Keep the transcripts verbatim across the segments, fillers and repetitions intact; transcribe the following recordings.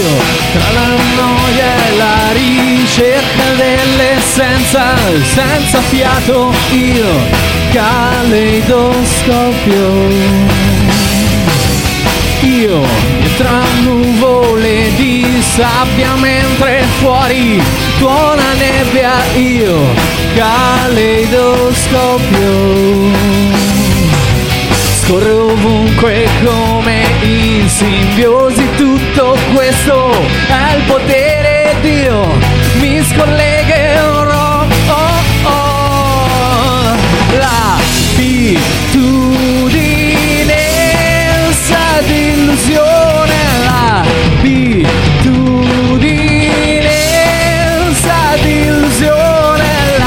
io, tra la noia e la ricerca dell'essenza, senza fiato io, caleidoscopio. Io tra nuvole di sabbia mentre fuori tuona nebbia, io caleidoscopio. Scorre ovunque come in simbiosi, tutto questo è il potere Dio, mi scollegherò, oh, oh, l'abitudine sa d'illusione, l'abitudine sa d'illusione,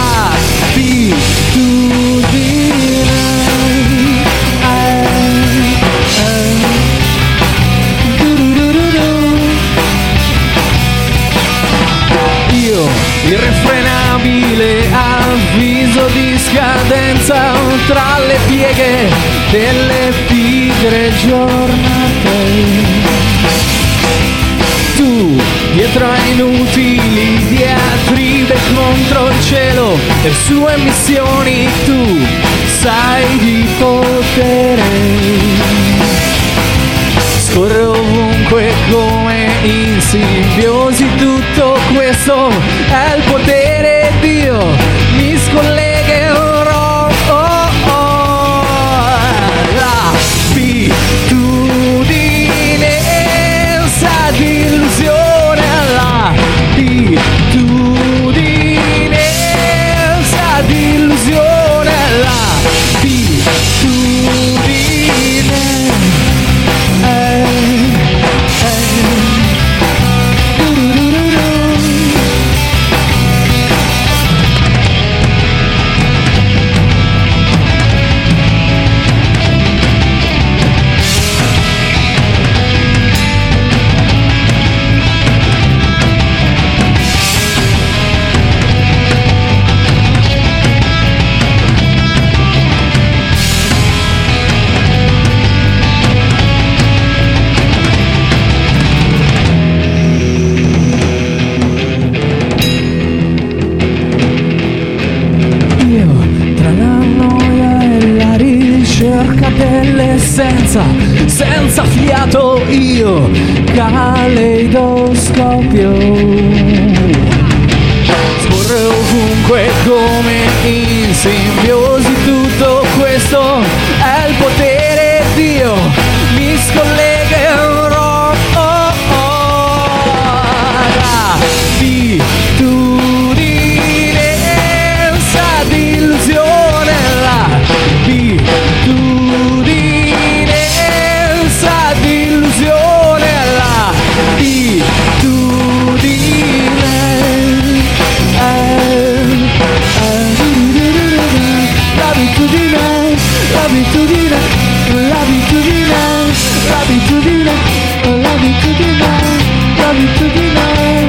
l'abitudine. Io, irrefrenabile avviso di scadenza tra le pieghe delle pigre giornate. Tu, dietro a inutili diatribe contro il cielo e sue missioni, tu sai di potere. Scorre ovunque come in simbiosi, tutto questo è il potere Dio, mi scollegherò, oh, oh, l'abitudine sa d'illusione, l'abitudine sa d'illusione, l'abitudine. Dell'essenza, senza fiato io, caleidoscopio. Scorre ovunque come in simbiosi, tutto questo è il potere Dio, mi scollegherò, oh, oh, l'abitudine sa d'illusione, l'abitudine sa d'illusione, l'abitudine, l'abitudine, l'abitudine, l'abitudine, l'abitudine, l'abitudine, l'abitudine.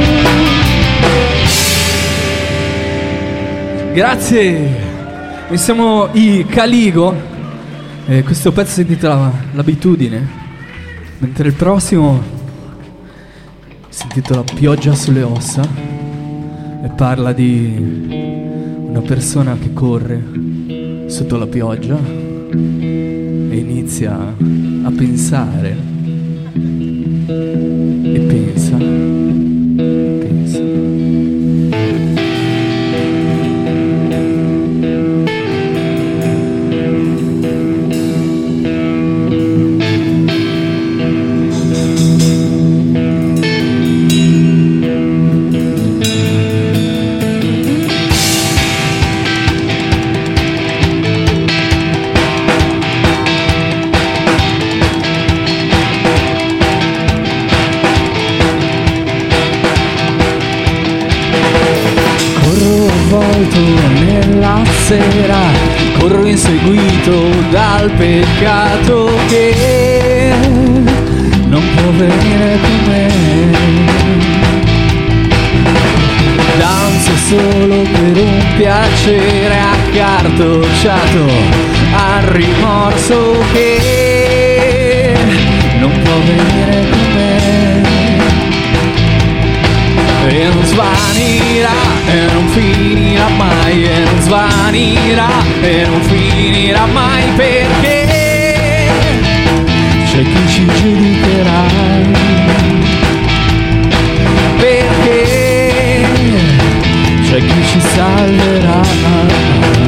Grazie, noi siamo i Caligo. Eh, questo pezzo si intitola L'abitudine, mentre il prossimo si intitola Pioggia sulle ossa e parla di una persona che corre sotto la pioggia e inizia a pensare e pensa, pensa. Nella sera corro inseguito dal peccato che non può venire con me. Danzo solo per un piacere accartocciato al rimorso che non può venire con me. svanirà e non finirà mai, e non svanirà e non finirà mai, perché c'è chi ci giudicherà, perché c'è chi ci salverà.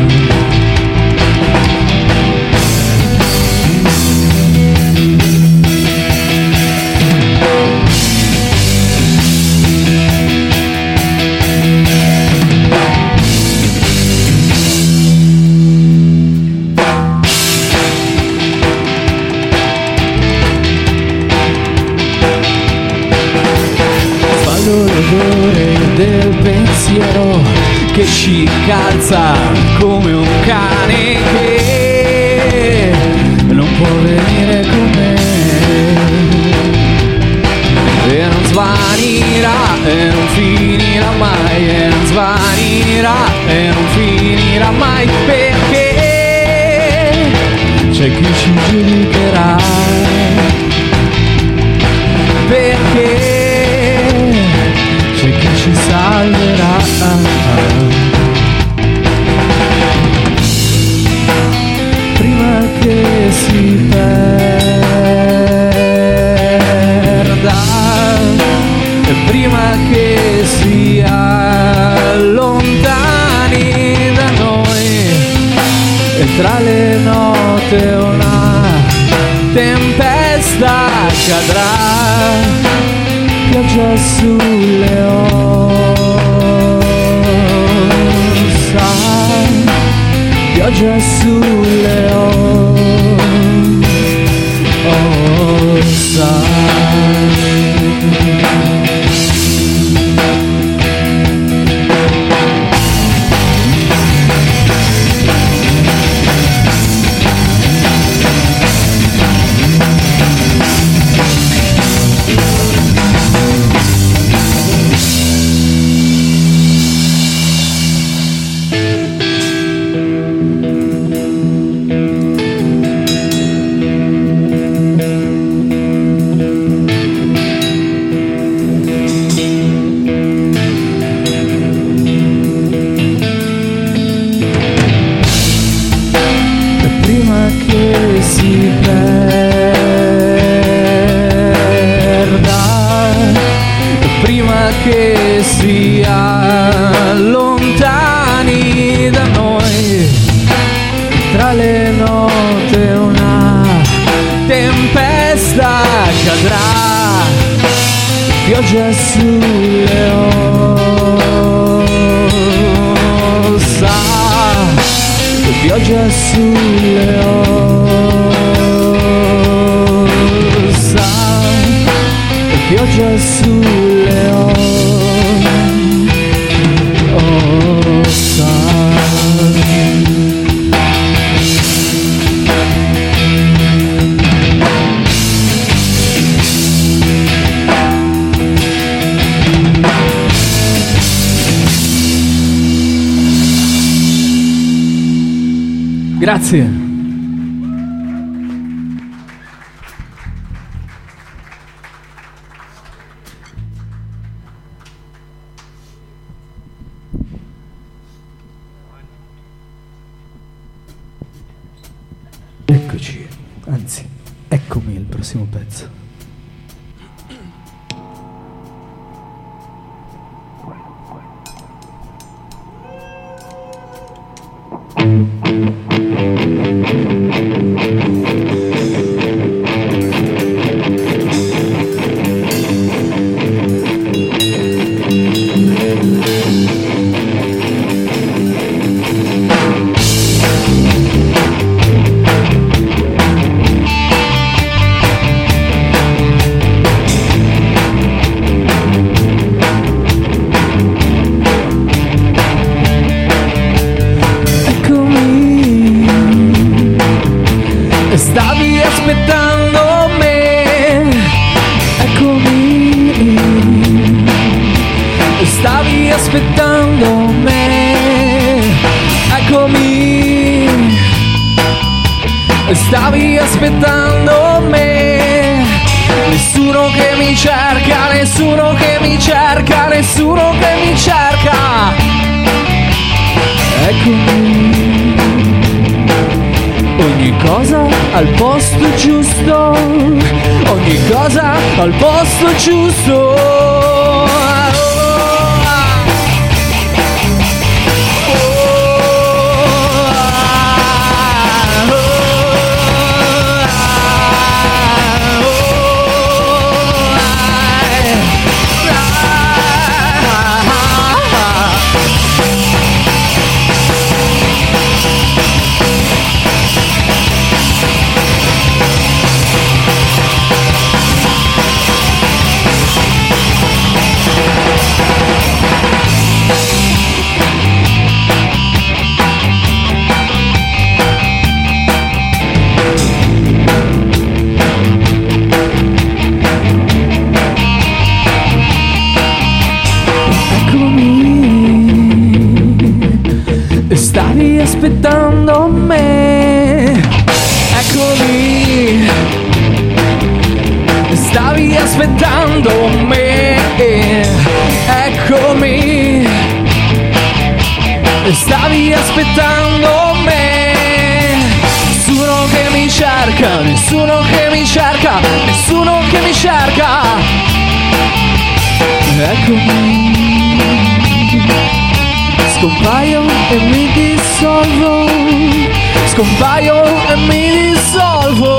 Del pensiero che ci calza come un cane che non può venire con me, e non svanirà e non finirà mai, e non svanirà e non finirà mai, perché c'è chi ci giudicherà, perché c'è chi ci salverà. Prima che si perda e prima che si allontani da noi, e tra le note una tempesta cadrà, pioggia sulle ossa, pioggia sulle ossa. Che si allontani da noi, tra le note una tempesta cadrà, pioggia sulle ossa, pioggia sulle ossa, pioggia sulle ossa. Grazie. Eccoci, anzi, eccomi il prossimo pezzo. Stavi aspettando me, eccomi. Stavi aspettando me, eccomi. Stavi aspettando me, nessuno che mi cerca, nessuno nessuno che mi cerca, nessuno che mi cerca. Eccomi, ogni cosa al posto giusto, ogni cosa al posto giusto. Stavi aspettando me, eccomi. Stavi aspettando me, eccomi. Stavi aspettando me. Nessuno che mi cerca, nessuno che mi cerca, nessuno che mi cerca. Eccomi. Scompaio e mi dissolvo, scompaio e mi dissolvo.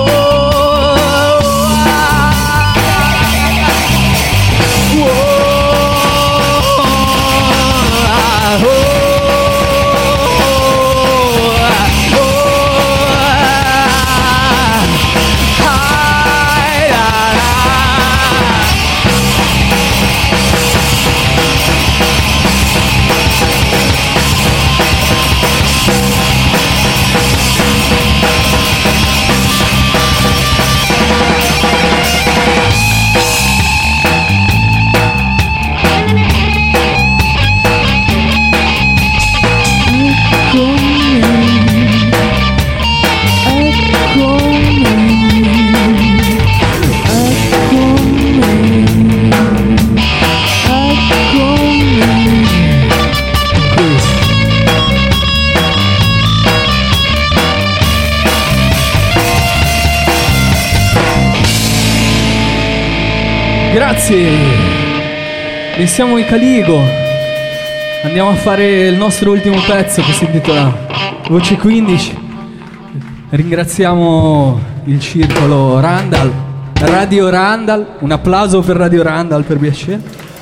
Grazie, noi siamo i Caligo, andiamo a fare il nostro ultimo pezzo che si intitola Voce quindici. Ringraziamo il circolo Randall, Radio Randall, un applauso per Radio Randall per piacere.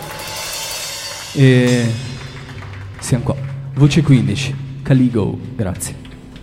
E siamo qua, Voce quindici, Caligo, grazie.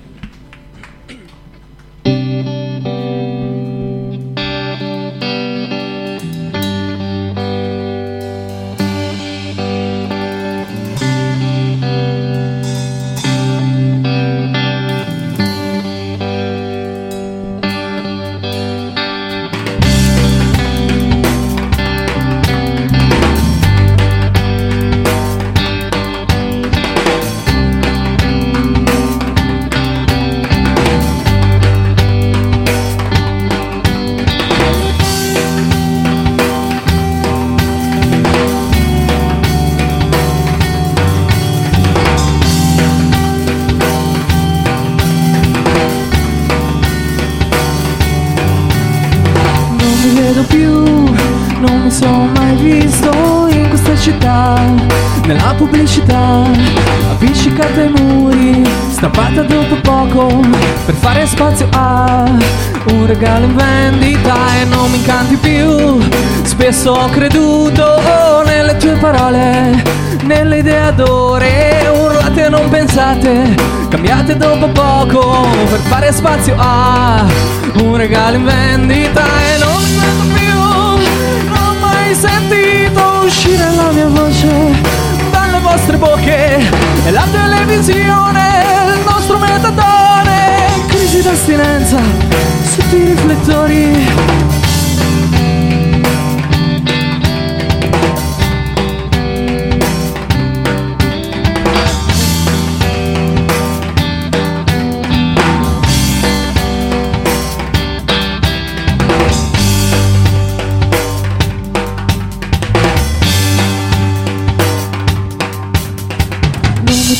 Nella pubblicità, appiccicata ai muri, stampata dopo poco per fare spazio a un regalo in vendita. E non mi incanti più, spesso ho creduto nelle tue parole, nelle idee d'ore, urlate e non pensate, cambiate dopo poco per fare spazio a un regalo in vendita. E non mi incanto più, non ho mai sentito uscire la mia voce dalle vostre bocche, e la televisione, il nostro metadone, crisi d'astinenza sotto i riflettori.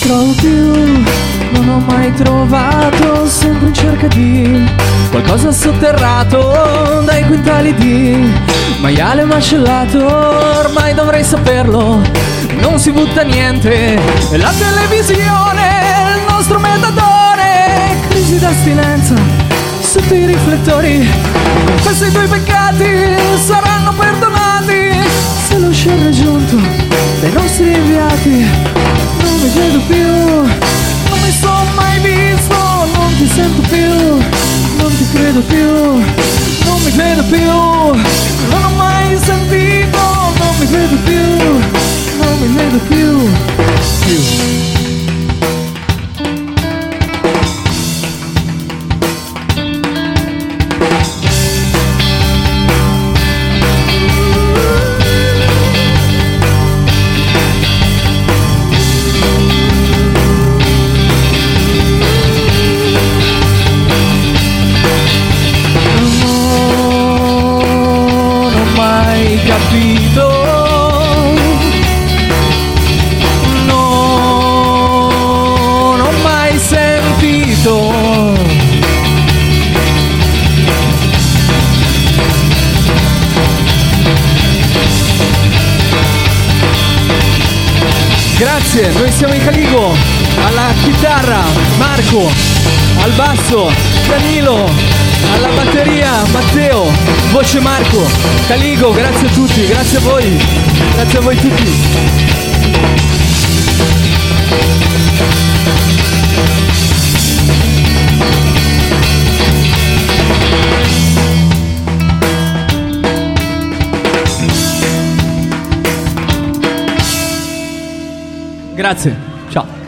trovo più, non ho mai trovato, sempre in cerca di qualcosa sotterrato dai quintali di maiale macellato. Ormai dovrei saperlo, non si butta niente, è la televisione, il nostro metadone. Crisi d'astinenza sotto i riflettori, confessa i tuoi peccati, saranno perdonati se lo share è raggiunto dai nostri inviati. Non mi vedo più, non mi sono mai visto, non ti sento più, non ti credo più, non mi vedo più, non ho mai sentito, non mi vedo più, non mi vedo più, più. Capito, no, non ho mai sentito. Grazie, noi siamo in Caligo, alla chitarra Marco, al basso Danilo, alla batteria Matteo, voce Marco, Caligo. Grazie a tutti, grazie a voi, grazie a voi tutti. Grazie, ciao.